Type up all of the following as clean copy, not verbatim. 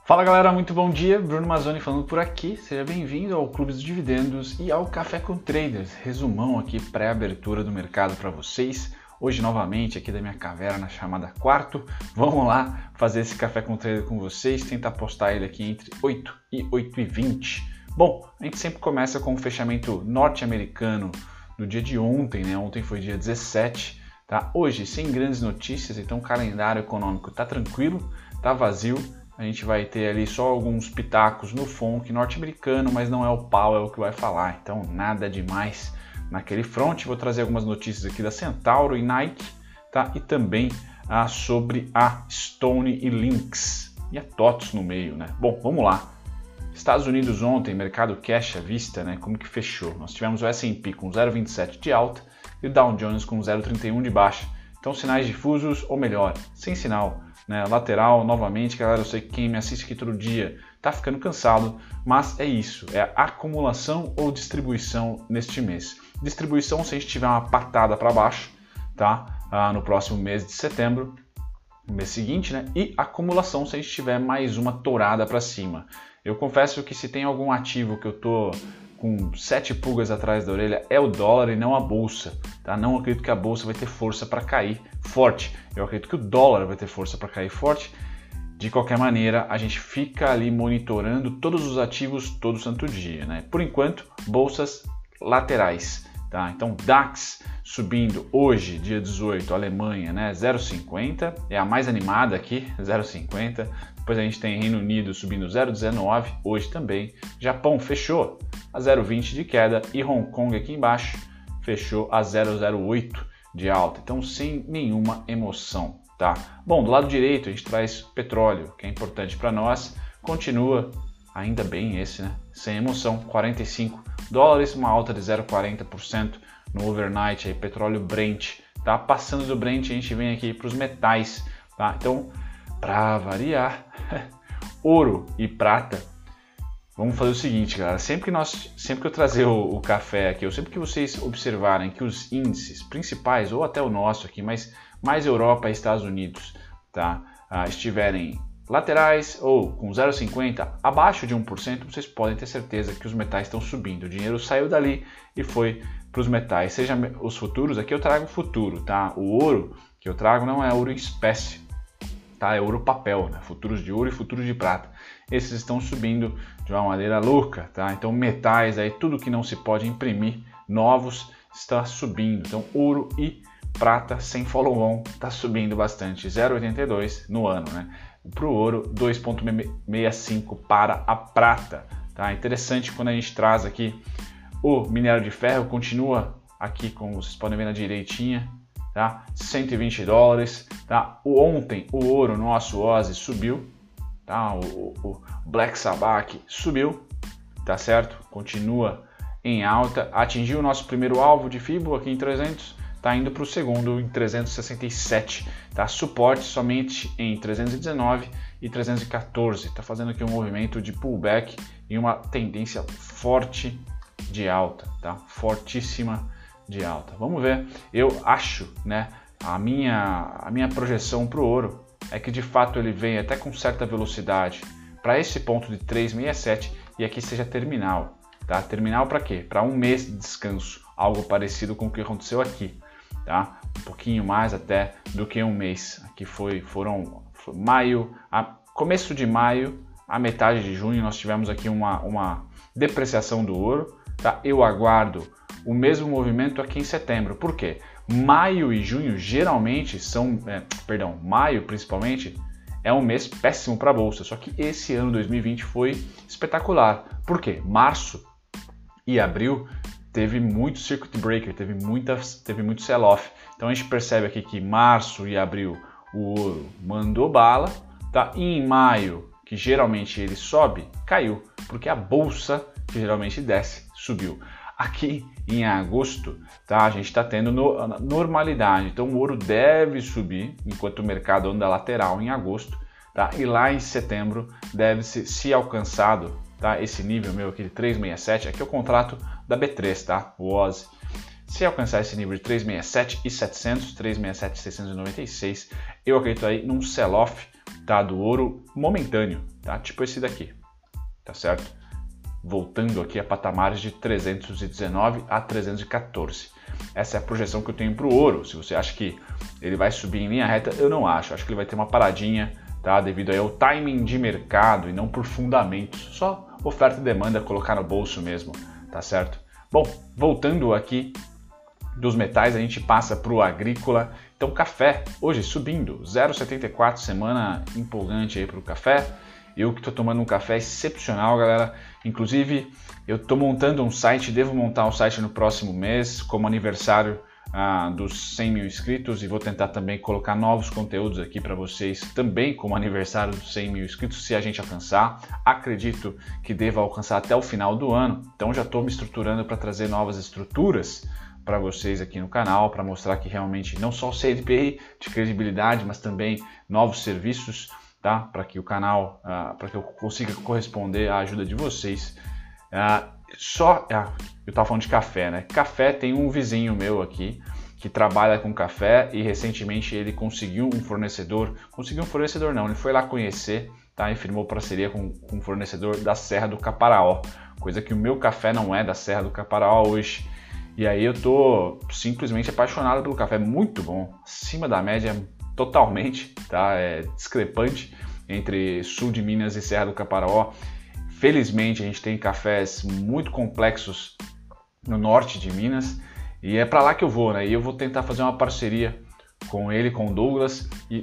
Fala galera, muito bom dia, Bruno Mazzoni falando por aqui, seja bem-vindo ao Clube dos Dividendos e ao Café com Traders, resumão aqui pré-abertura do mercado para vocês, hoje novamente aqui da minha caverna chamada Quarto, vamos lá fazer esse Café com Trader com vocês, tentar postar ele aqui entre 8 e 8h20. Bom, a gente sempre começa com o fechamento norte-americano no dia de ontem, né? Ontem foi dia 17, tá? Hoje sem grandes notícias, então o calendário econômico tá tranquilo, tá vazio. A gente vai ter ali só alguns pitacos no FONC norte-americano, mas não é o Powell que vai falar, então nada demais naquele front. Vou trazer algumas notícias aqui da Centauro e Nike, tá? E também sobre a Stone e Lynx e a TOTS no meio, né? Bom, vamos lá. Estados Unidos ontem, mercado cash à vista, né? Como que fechou? Nós tivemos o S&P com 0,27 de alta e o Dow Jones com 0,31 de baixa. Então sinais difusos, ou melhor, sem sinal. Né, lateral, novamente, galera, eu sei que quem me assiste aqui todo dia tá ficando cansado, mas é isso, é acumulação ou distribuição neste mês. Distribuição se a gente tiver uma patada para baixo, tá? No próximo mês de setembro, no mês seguinte, né? E acumulação se a gente tiver mais uma tourada para cima. Eu confesso que se tem algum ativo que eu tô com 7 pulgas atrás da orelha é o dólar e não a bolsa, tá? Não acredito que a bolsa vai ter força para cair forte. Eu acredito que o dólar vai ter força para cair forte. De qualquer maneira, a gente fica ali monitorando todos os ativos todo santo dia, né? Por enquanto, bolsas laterais, tá? Então, DAX subindo hoje, dia 18, Alemanha, né? 0,50, é a mais animada aqui, 0,50. Depois a gente tem Reino Unido subindo 0,19, hoje também. Japão fechou a 0,20 de queda e Hong Kong aqui embaixo fechou a 0,08 de alta. Então, sem nenhuma emoção, tá? Bom, do lado direito a gente traz petróleo, que é importante para nós. Continua, ainda bem esse, né? Sem emoção, 45 dólares, uma alta de 0,40% no overnight, aí, petróleo Brent, tá? Passando do Brent, a gente vem aqui para os metais, tá? Então, para variar, ouro e prata, vamos fazer o seguinte, galera, sempre que eu trazer o café aqui, ou sempre que vocês observarem que os índices principais, ou até o nosso aqui, mas mais Europa e Estados Unidos, tá? Estiverem laterais ou com 0,50 abaixo de 1%, vocês podem ter certeza que os metais estão subindo. O dinheiro saiu dali e foi para os metais, seja os futuros, aqui eu trago futuro, tá? O ouro que eu trago não é ouro em espécie, tá? É ouro papel, né? Futuros de ouro e futuros de prata. Esses estão subindo de uma maneira louca, tá? Então metais aí, tudo que não se pode imprimir novos está subindo. Então ouro e prata sem follow-on está subindo bastante, 0,82 no ano, né? Para o ouro, 2,65 para a prata, tá? Interessante quando a gente traz aqui o minério de ferro, continua aqui, como vocês podem ver na direitinha, tá? 120 dólares, tá? Ontem o ouro nosso OZI subiu, tá? O Black Sabbath subiu, tá certo? Continua em alta, atingiu o nosso primeiro alvo de FIBO aqui em 300, tá indo para o segundo em 367, tá? Suporte somente em 319 e 314, tá fazendo aqui um movimento de pullback e uma tendência forte de alta, tá? Fortíssima de alta. Vamos ver. Eu acho, né? A minha projeção para o ouro é que de fato ele vem até com certa velocidade para esse ponto de 367 e aqui seja terminal, tá? Terminal para quê? Para um mês de descanso, algo parecido com o que aconteceu aqui, tá? Um pouquinho mais até do que um mês. Aqui foi maio, começo de maio, a metade de junho nós tivemos aqui uma depreciação do ouro, tá? Eu aguardo o mesmo movimento aqui em setembro. Por quê? Maio e junho geralmente são, maio principalmente, é um mês péssimo para a bolsa. Só que esse ano 2020 foi espetacular. Por quê? Março e abril teve muito circuit breaker, teve muito sell-off. Então a gente percebe aqui que março e abril o ouro mandou bala, tá? E em maio, que geralmente ele sobe, caiu, porque a bolsa, que geralmente desce, subiu. Aqui em agosto, tá, a gente está tendo normalidade, então o ouro deve subir enquanto o mercado anda lateral em agosto, tá? E lá em setembro deve se alcançado, tá, esse nível meu aqui de 367, aqui é o contrato da B3, tá? O OZI. Se alcançar esse nível de 367.700, 367.696, eu acredito aí num sell-off, tá, do ouro momentâneo, tá? Tipo esse daqui, tá certo? Voltando aqui a patamares de 319 a 314. Essa é a projeção que eu tenho para o ouro. Se você acha que ele vai subir em linha reta, eu não acho. Acho que ele vai ter uma paradinha, tá? Devido aí ao timing de mercado e não por fundamentos. Só oferta e demanda, colocar no bolso mesmo, tá certo? Bom, voltando aqui dos metais, a gente passa para o agrícola. Então, café, hoje subindo, 0,74, semana empolgante aí para o café. Eu que estou tomando um café excepcional, galera. Inclusive, eu estou montando um site, devo montar um site no próximo mês, como aniversário dos 100 mil inscritos, e vou tentar também colocar novos conteúdos aqui para vocês, também como aniversário dos 100 mil inscritos, se a gente alcançar. Acredito que deva alcançar até o final do ano, então já estou me estruturando para trazer novas estruturas para vocês aqui no canal, para mostrar que realmente não só o CNPI de credibilidade, mas também novos serviços, tá? Para que o canal, para que eu consiga corresponder à ajuda de vocês. Eu estava falando de café, né? Café, tem um vizinho meu aqui que trabalha com café e recentemente ele conseguiu um fornecedor. Conseguiu um fornecedor não, ele foi lá conhecer, tá? E firmou parceria com um fornecedor da Serra do Caparaó, coisa que o meu café não é da Serra do Caparaó hoje. E aí eu tô simplesmente apaixonado pelo café, muito bom, acima da média totalmente, tá? É discrepante entre sul de Minas e Serra do Caparaó. Felizmente a gente tem cafés muito complexos no norte de Minas e é para lá que eu vou, né? E eu vou tentar fazer uma parceria com ele, com o Douglas, e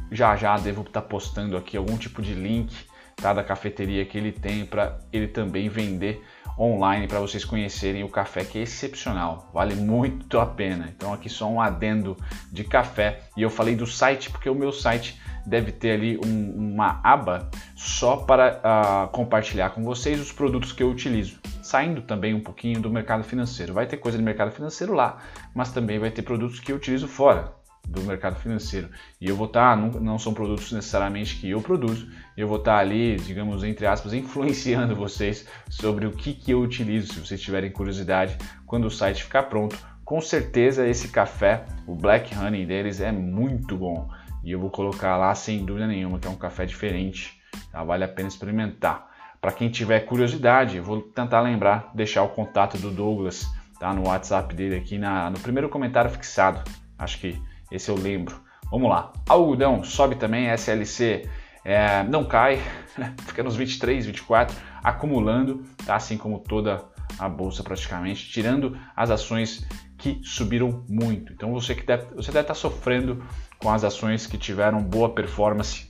já devo estar postando aqui algum tipo de link, tá, da cafeteria que ele tem para ele também vender online, para vocês conhecerem o café, que é excepcional, vale muito a pena. Então aqui só um adendo de café, e eu falei do site porque o meu site deve ter ali uma aba só para compartilhar com vocês os produtos que eu utilizo, saindo também um pouquinho do mercado financeiro. Vai ter coisa do mercado financeiro lá, mas também vai ter produtos que eu utilizo fora do mercado financeiro, e eu vou estar, não são produtos necessariamente que eu produzo, eu vou estar ali, digamos, entre aspas, influenciando vocês sobre o que eu utilizo. Se vocês tiverem curiosidade, quando o site ficar pronto, com certeza esse café, o Black Honey deles, é muito bom, e eu vou colocar lá sem dúvida nenhuma, que é um café diferente, tá? Vale a pena experimentar. Para quem tiver curiosidade, eu vou tentar lembrar, deixar o contato do Douglas, tá, no WhatsApp dele aqui no primeiro comentário fixado, acho que esse eu lembro. Vamos lá. Algodão sobe também, SLC não cai, fica nos 23, 24, acumulando, tá? Assim como toda a bolsa praticamente, tirando as ações que subiram muito. Então você deve estar sofrendo com as ações que tiveram boa performance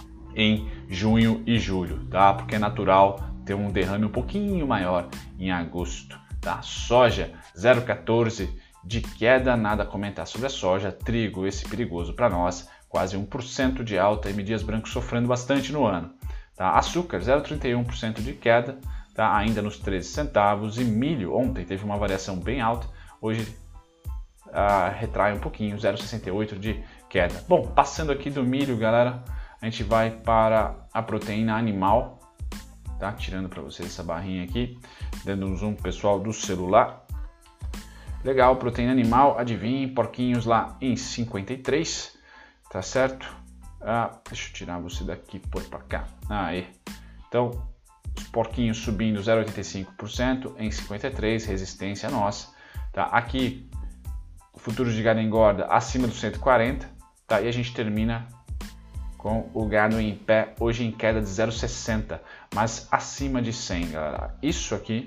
em junho e julho, tá? Porque é natural ter um derrame um pouquinho maior em agosto, tá? Soja 0,14 de queda, nada a comentar sobre a soja. Trigo, esse perigoso para nós, quase 1% de alta, e dias brancos sofrendo bastante no ano, tá? Açúcar 0,31% de queda, tá? Ainda nos 13 centavos, e milho ontem teve uma variação bem alta, hoje retrai um pouquinho, 0,68 de queda. Bom, passando aqui do milho, galera, a gente vai para a proteína animal, tá? Tirando para vocês essa barrinha aqui, dando um zoom pessoal do celular. Legal, proteína animal, adivinhem, porquinhos lá em 53, tá certo? Deixa eu tirar você daqui e pôr para cá. Aí. Então, os porquinhos subindo 0,85% em 53, resistência nossa, tá? Aqui, futuros de gado engorda acima dos 140, tá? E a gente termina com o gado em pé, hoje em queda de 0,60, mas acima de 100, galera. Isso aqui,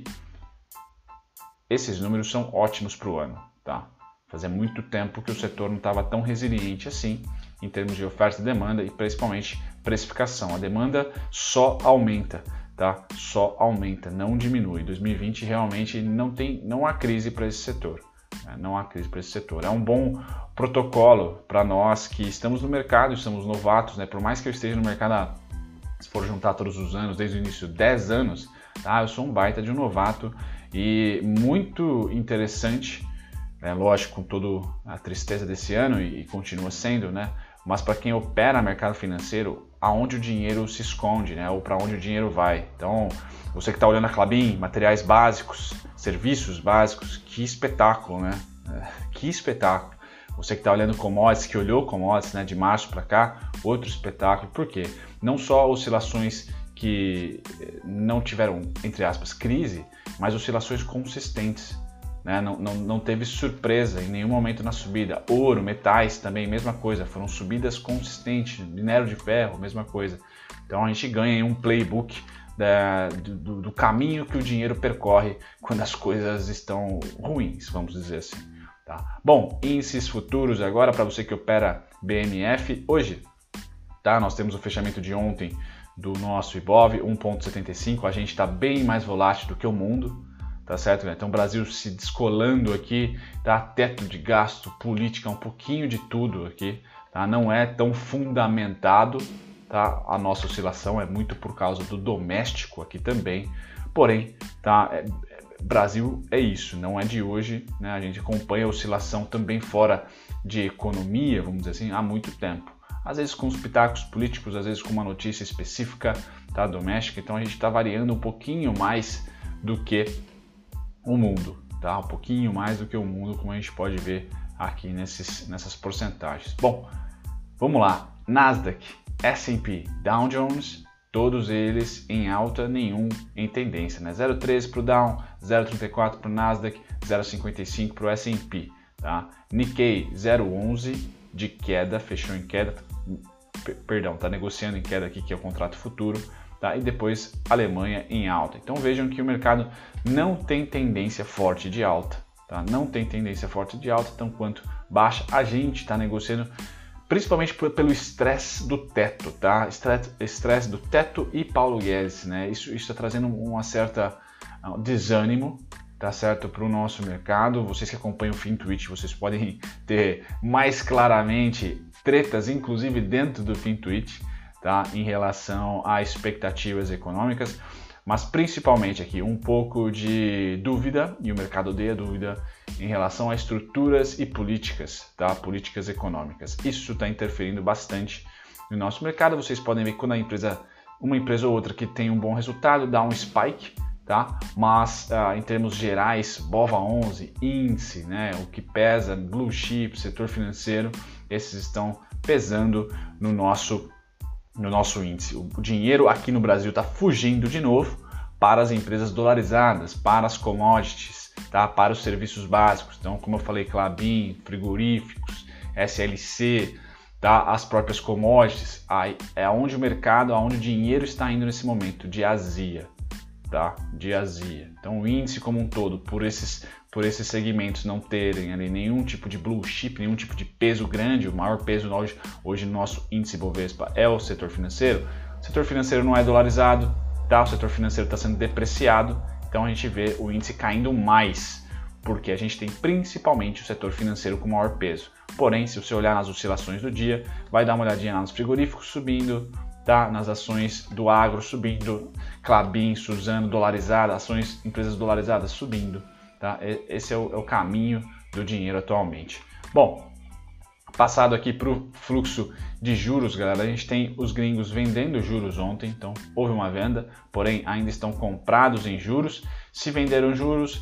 esses números são ótimos para o ano, tá? Fazia muito tempo que o setor não estava tão resiliente assim, em termos de oferta e demanda, e principalmente precificação. A demanda só aumenta, tá? Só aumenta, não diminui. 2020 realmente não há crise para esse setor, né? Não há crise para esse setor. É um bom protocolo para nós que estamos no mercado, estamos novatos, né? Por mais que eu esteja no mercado, se for juntar todos os anos, desde o início, 10 anos, tá? Eu sou um baita de um novato. E muito interessante, lógico, com toda a tristeza desse ano, e continua sendo, né? Mas para quem opera mercado financeiro, aonde o dinheiro se esconde, né? Ou para onde o dinheiro vai. Então, você que está olhando a Klabin, materiais básicos, serviços básicos, que espetáculo, né? Que espetáculo! Você que está olhando commodities, que olhou commodities, né, de março para cá, outro espetáculo. Por quê? Não só oscilações que não tiveram, entre aspas, crise, mas oscilações consistentes. Né? Não teve surpresa em nenhum momento na subida. Ouro, metais também, mesma coisa, foram subidas consistentes. Minério de ferro, mesma coisa. Então a gente ganha um playbook do caminho que o dinheiro percorre quando as coisas estão ruins, vamos dizer assim. Tá? Bom, índices futuros agora para você que opera BMF. Hoje, tá? Nós temos o fechamento de ontem do nosso Ibov, 1,75. A gente está bem mais volátil do que o mundo. Tá certo? Então o Brasil se descolando aqui, tá? Teto de gasto, política, um pouquinho de tudo aqui, tá? Não é tão fundamentado, tá? A nossa oscilação é muito por causa do doméstico aqui também, porém, tá? Brasil é isso, não é de hoje, né? A gente acompanha a oscilação também fora de economia, vamos dizer assim, há muito tempo. Às vezes com os pitacos políticos, às vezes com uma notícia específica, tá? Doméstica, então a gente está variando um pouquinho mais do que o mundo, tá? Um pouquinho mais do que o mundo, como a gente pode ver aqui nessas porcentagens. Bom, vamos lá. Nasdaq, S&P, Dow Jones, todos eles em alta, nenhum em tendência, né? 0,13 para o Dow, 0,34 para o Nasdaq, 0,55 para o S&P, tá? Nikkei, 0,11 de queda, fechou em queda, perdão, tá negociando em queda aqui, que é o contrato futuro. Tá? E depois Alemanha em alta. Então vejam que o mercado não tem tendência forte de alta. Tá? Não tem tendência forte de alta, tanto quanto baixa. A gente está negociando principalmente pelo estresse do teto. Tá? Estresse do teto e Paulo Guedes. Né? Isso está trazendo uma certa desânimo, tá certo, para o nosso mercado. Vocês que acompanham o FinTwitch, vocês podem ter mais claramente tretas, inclusive dentro do FinTwitch. Tá, em relação a expectativas econômicas, mas principalmente aqui um pouco de dúvida, e o mercado odeia dúvida, em relação a estruturas e políticas, tá? Políticas econômicas. Isso está interferindo bastante no nosso mercado. Vocês podem ver que quando uma empresa ou outra que tem um bom resultado dá um spike, tá? Mas em termos gerais, BOVA11, índice, né? O que pesa, blue chip, setor financeiro, esses estão pesando no nosso índice. O dinheiro aqui no Brasil está fugindo de novo para as empresas dolarizadas, para as commodities, tá? Para os serviços básicos. Então, como eu falei, Klabin, frigoríficos, SLC, tá? As próprias commodities, é onde o mercado, onde o dinheiro está indo nesse momento, de azia. Tá? De azia. Então, o índice como um todo, por esses segmentos não terem ali nenhum tipo de blue chip, nenhum tipo de peso grande, o maior peso hoje no nosso índice Bovespa é o setor financeiro. O setor financeiro não é dolarizado, tá? O setor financeiro está sendo depreciado, então a gente vê o índice caindo mais, porque a gente tem principalmente o setor financeiro com maior peso. Porém, se você olhar nas oscilações do dia, vai dar uma olhadinha nos frigoríficos subindo, tá? Nas ações do agro subindo, Klabin, Suzano, dolarizada, ações, empresas dolarizadas subindo. Tá? Esse é o caminho do dinheiro atualmente. Bom, passado aqui para o fluxo de juros, galera, a gente tem os gringos vendendo juros ontem, então houve uma venda, porém ainda estão comprados em juros. Se venderam juros,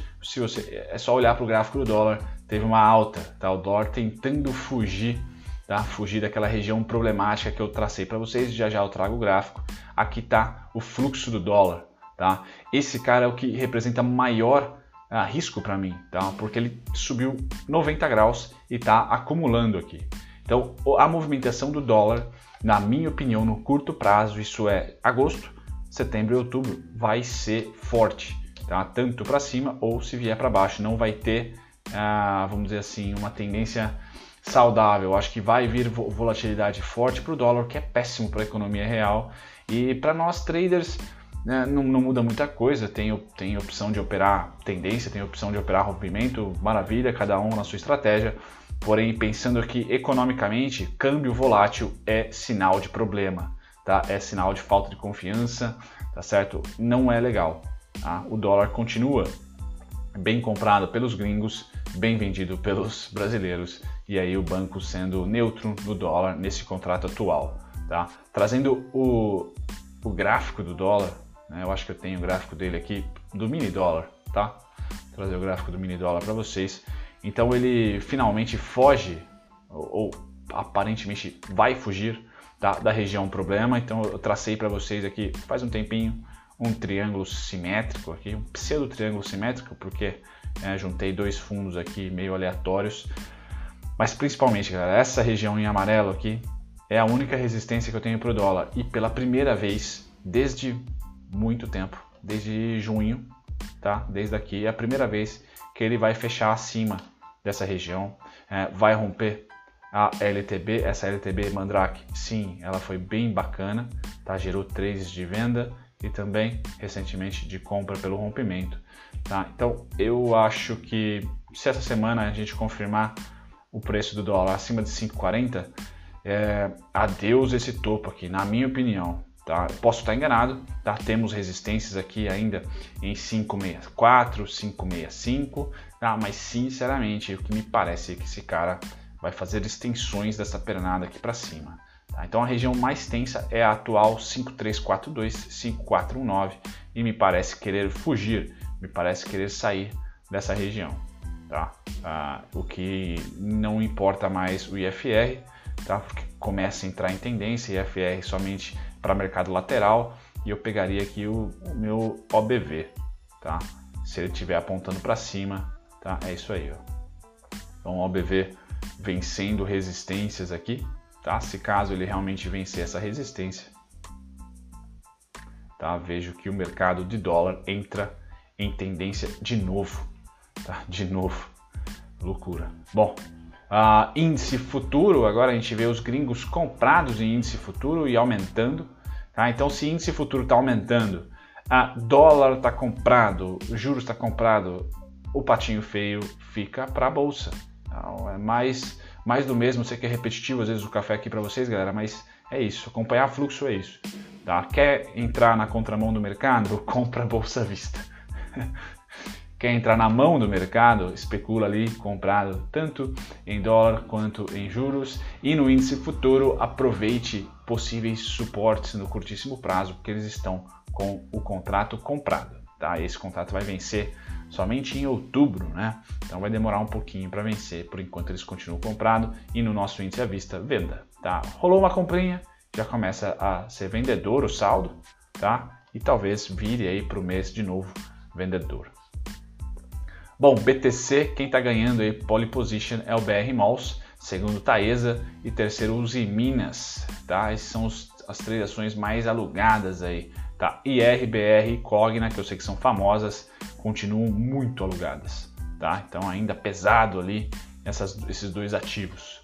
é só olhar para o gráfico do dólar, teve uma alta, tá? O dólar tentando fugir, tá? Fugir daquela região problemática que eu tracei para vocês, já eu trago o gráfico. Aqui está o fluxo do dólar, tá? Esse cara é o que representa maior risco para mim, tá? Porque ele subiu 90 graus e está acumulando aqui. Então, a movimentação do dólar, na minha opinião, no curto prazo, isso é agosto, setembro e outubro, vai ser forte, tá? Tanto para cima ou se vier para baixo, não vai ter, vamos dizer assim, uma tendência saudável. Eu acho que vai vir volatilidade forte para o dólar, que é péssimo para a economia real, e para nós traders não muda muita coisa. Tem opção de operar tendência, tem opção de operar rompimento, maravilha, cada um na sua estratégia. Porém, pensando aqui economicamente, câmbio volátil é sinal de problema, tá? É sinal de falta de confiança, tá certo? Não é legal, tá? O dólar continua bem comprado pelos gringos, bem vendido pelos brasileiros, e aí o banco sendo neutro no dólar nesse contrato atual, tá? Trazendo o gráfico do dólar, né? Eu acho que eu tenho o gráfico dele aqui, do mini dólar, tá? Vou trazer o gráfico do mini dólar para vocês. Então ele finalmente foge, ou aparentemente vai fugir da região problema. Então eu tracei para vocês aqui faz um tempinho um triângulo simétrico aqui, um pseudo triângulo simétrico, porque juntei dois fundos aqui meio aleatórios. Mas principalmente, galera, essa região em amarelo aqui é a única resistência que eu tenho para o dólar. E pela primeira vez, desde muito tempo, desde junho, tá? Desde aqui, é a primeira vez que ele vai fechar acima dessa região. Vai romper a LTB, essa LTB Mandrake, sim, ela foi bem bacana, tá? Gerou trades de venda e também recentemente de compra pelo rompimento, tá? Então eu acho que se essa semana a gente confirmar o preço do dólar acima de 5,40, adeus esse topo aqui, na minha opinião, tá? Posso estar enganado, tá? Temos resistências aqui ainda em 5,64, 5,65, tá? Mas sinceramente o que me parece é que esse cara vai fazer extensões dessa pernada aqui para cima. Tá? Então a região mais tensa é a atual 5,342, 5,419 e me parece querer fugir, me parece querer sair dessa região. Tá? O que não importa mais o IFR, tá? Porque começa a entrar em tendência, IFR somente para mercado lateral, e eu pegaria aqui o meu OBV, tá? Se ele estiver apontando para cima, tá? É isso aí, ó. Então o OBV vencendo resistências aqui, tá? Se caso ele realmente vencer essa resistência, tá? Vejo que o mercado de dólar entra em tendência de novo, tá? De novo, loucura. Bom, índice futuro, agora a gente vê os gringos comprados em índice futuro e aumentando, tá? Então se índice futuro está aumentando, dólar está comprado, juros está comprado, o patinho feio fica para a bolsa. Então, é mais do mesmo. Sei que é repetitivo às vezes o café aqui para vocês, galera, mas é isso, acompanhar fluxo é isso, tá? Quer entrar na contramão do mercado? Compra bolsa à vista. Quer entrar na mão do mercado? Especula ali, comprado tanto em dólar quanto em juros. E no índice futuro, aproveite possíveis suportes no curtíssimo prazo, porque eles estão com o contrato comprado, tá? Esse contrato vai vencer somente em outubro, né? Então vai demorar um pouquinho para vencer, por enquanto eles continuam comprado, e no nosso índice à vista, venda, tá? Rolou uma comprinha, já começa a ser vendedor o saldo, tá? E talvez vire aí para o mês de novo vendedor. Bom, BTC, quem está ganhando aí pole position é o BR Malls, segundo Taesa, e terceiro Usiminas, tá? Essas são as três ações mais alugadas aí, tá? IR, BR e Cogna, que eu sei que são famosas, continuam muito alugadas, tá? Então ainda pesado ali esses dois ativos.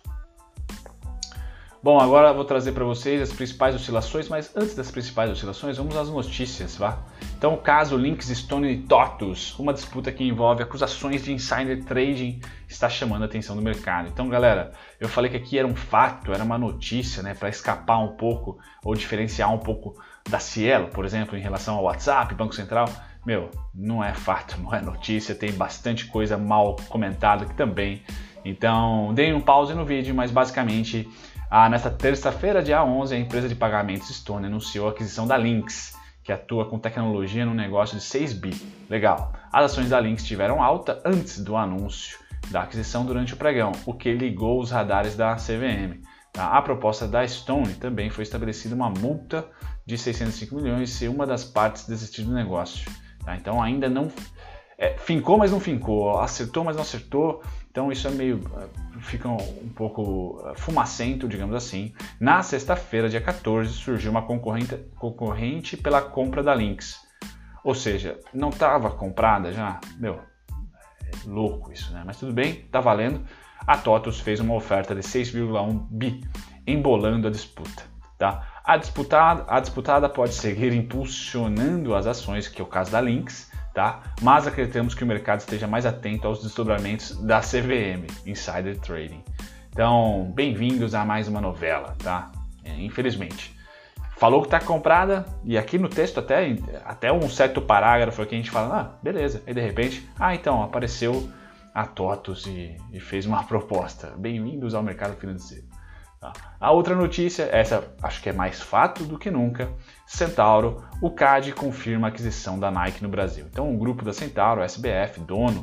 Bom, agora eu vou trazer para vocês as principais oscilações, mas antes das principais oscilações, vamos às notícias, vá? Então, o caso Lynx Stone e TOTUS, uma disputa que envolve acusações de insider trading, está chamando a atenção do mercado. Então, galera, eu falei que aqui era um fato, era uma notícia, né, para escapar um pouco ou diferenciar um pouco da Cielo, por exemplo, em relação ao WhatsApp, Banco Central. Meu, não é fato, não é notícia, tem bastante coisa mal comentada aqui também. Então, deem um pause no vídeo, mas basicamente, nesta terça-feira, dia 11, a empresa de pagamentos Stone anunciou a aquisição da Lynx, que atua com tecnologia no negócio de 6 bi. Legal. As ações da Lynx tiveram alta antes do anúncio da aquisição durante o pregão, o que ligou os radares da CVM. A proposta da Stone também foi estabelecida uma multa de 605 milhões se uma das partes desistir do negócio. Então ainda não fincou, mas não fincou, acertou, mas não acertou. Então isso é meio, fica um pouco fumacento, digamos assim. Na sexta-feira, dia 14, surgiu uma concorrente pela compra da Lynx. Ou seja, não estava comprada já? Meu, é louco isso, né? Mas tudo bem, tá valendo. A TOTUS fez uma oferta de 6,1 bi, embolando a disputa, tá? A disputada pode seguir impulsionando as ações, que é o caso da Lynx, tá? Mas acreditamos que o mercado esteja mais atento aos desdobramentos da CVM, Insider Trading. Então, bem-vindos a mais uma novela, tá? Infelizmente. Falou que está comprada, e aqui no texto até um certo parágrafo aqui a gente fala, beleza. Aí de repente, então apareceu a TOTUS e fez uma proposta. Bem-vindos ao mercado financeiro. Tá? A outra notícia, essa acho que é mais fato do que nunca, Centauro, o CAD confirma a aquisição da Nike no Brasil. Então o grupo da Centauro, SBF, dono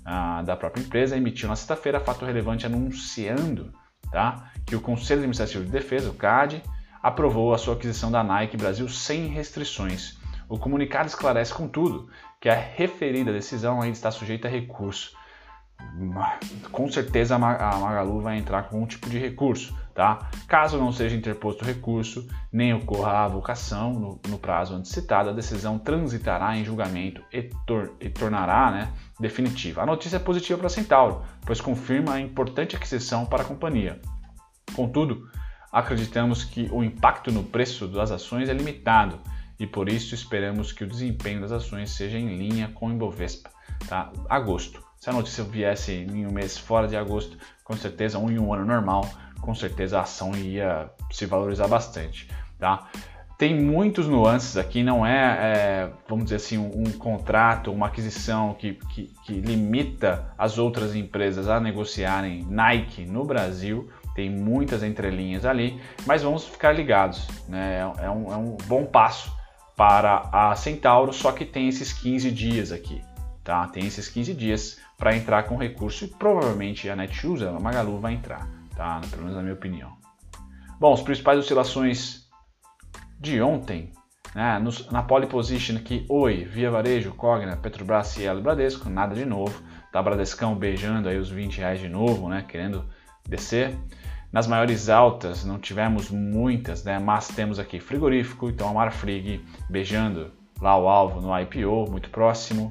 da própria empresa emitiu na sexta-feira fato relevante anunciando, tá, que o Conselho Administrativo de Defesa, o CAD, aprovou a sua aquisição da Nike Brasil sem restrições. O comunicado esclarece, contudo, que a referida decisão ainda está sujeita a recurso. Com certeza a Magalu vai entrar com um tipo de recurso, tá? Caso não seja interposto recurso, nem ocorra a avocação no prazo antes citado, a decisão transitará em julgamento e tornará, né, definitiva. A notícia é positiva para a Centauro, pois confirma a importante aquisição para a companhia. Contudo, acreditamos que o impacto no preço das ações é limitado e por isso esperamos que o desempenho das ações seja em linha com o Ibovespa, tá? Agosto. Se a notícia viesse em um mês fora de agosto, com certeza, em um ano normal, com certeza a ação ia se valorizar bastante, tá? Tem muitos nuances aqui, não vamos dizer assim, um contrato, uma aquisição que limita as outras empresas a negociarem Nike no Brasil. Tem muitas entrelinhas ali, mas vamos ficar ligados, né? É um bom passo para a Centauro, só que tem esses 15 dias aqui, tá? Tem esses 15 dias para entrar com recurso e provavelmente a Netshoes, a Magalu, vai entrar, tá? Pelo menos na minha opinião. Bom, as principais oscilações de ontem, né? Na pole position aqui, Oi, Via Varejo, Cogna, Petrobras, Cielo e Bradesco, nada de novo, tá? Bradescão beijando aí os R$20 de novo, né? Querendo descer. Nas maiores altas não tivemos muitas, né? Mas temos aqui frigorífico, então a Marfrig beijando lá o alvo no IPO, muito próximo.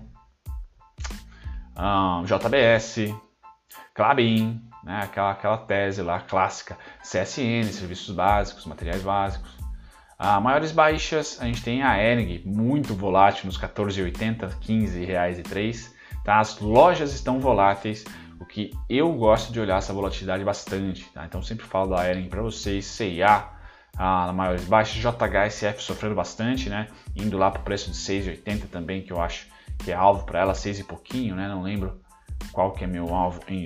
JBS, Klabin, né? aquela tese lá clássica, CSN, serviços básicos, materiais básicos. Maiores baixas, a gente tem a Hering, muito volátil nos 14,80, R$15,03. Tá? As lojas estão voláteis, o que eu gosto de olhar essa volatilidade bastante, tá? Então sempre falo da Hering para vocês, CIA, maiores baixas, JHSF sofrendo bastante, né? Indo lá para o preço de 6,80 também, que eu acho que é alvo para ela, 6 e pouquinho, né? Não lembro qual que é meu alvo em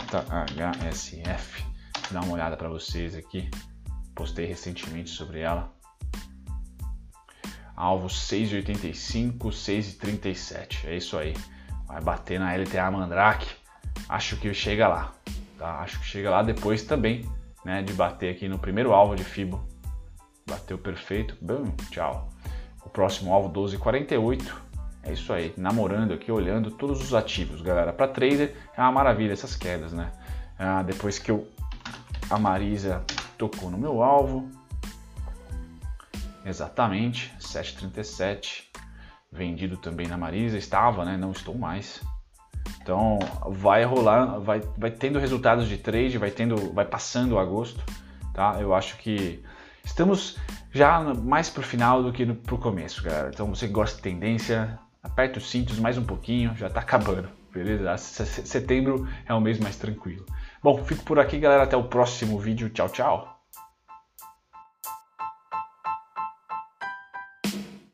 JHSF. Vou dar uma olhada para vocês aqui, postei recentemente sobre ela. Alvo 6,85, 6,37, é isso aí. Vai bater na LTA Mandrake. Acho que chega lá, tá? Acho que chega lá depois também, né, de bater aqui no primeiro alvo de Fibo. Bateu perfeito, bom, tchau. O próximo alvo 12,48, é isso aí, namorando aqui, olhando todos os ativos, galera. Para trader é uma maravilha essas quedas, né? Depois que a Marisa tocou no meu alvo, exatamente, 7,37, vendido também na Marisa, estava, né? Não estou mais. Então vai rolar, vai tendo resultados de trade, vai passando agosto, tá? Eu acho que estamos já mais pro final do que pro começo, galera. Então você que gosta de tendência, aperta os cintos mais um pouquinho, já tá acabando, beleza? Setembro é um mês mais tranquilo. Bom, fico por aqui, galera. Até o próximo vídeo. Tchau, tchau!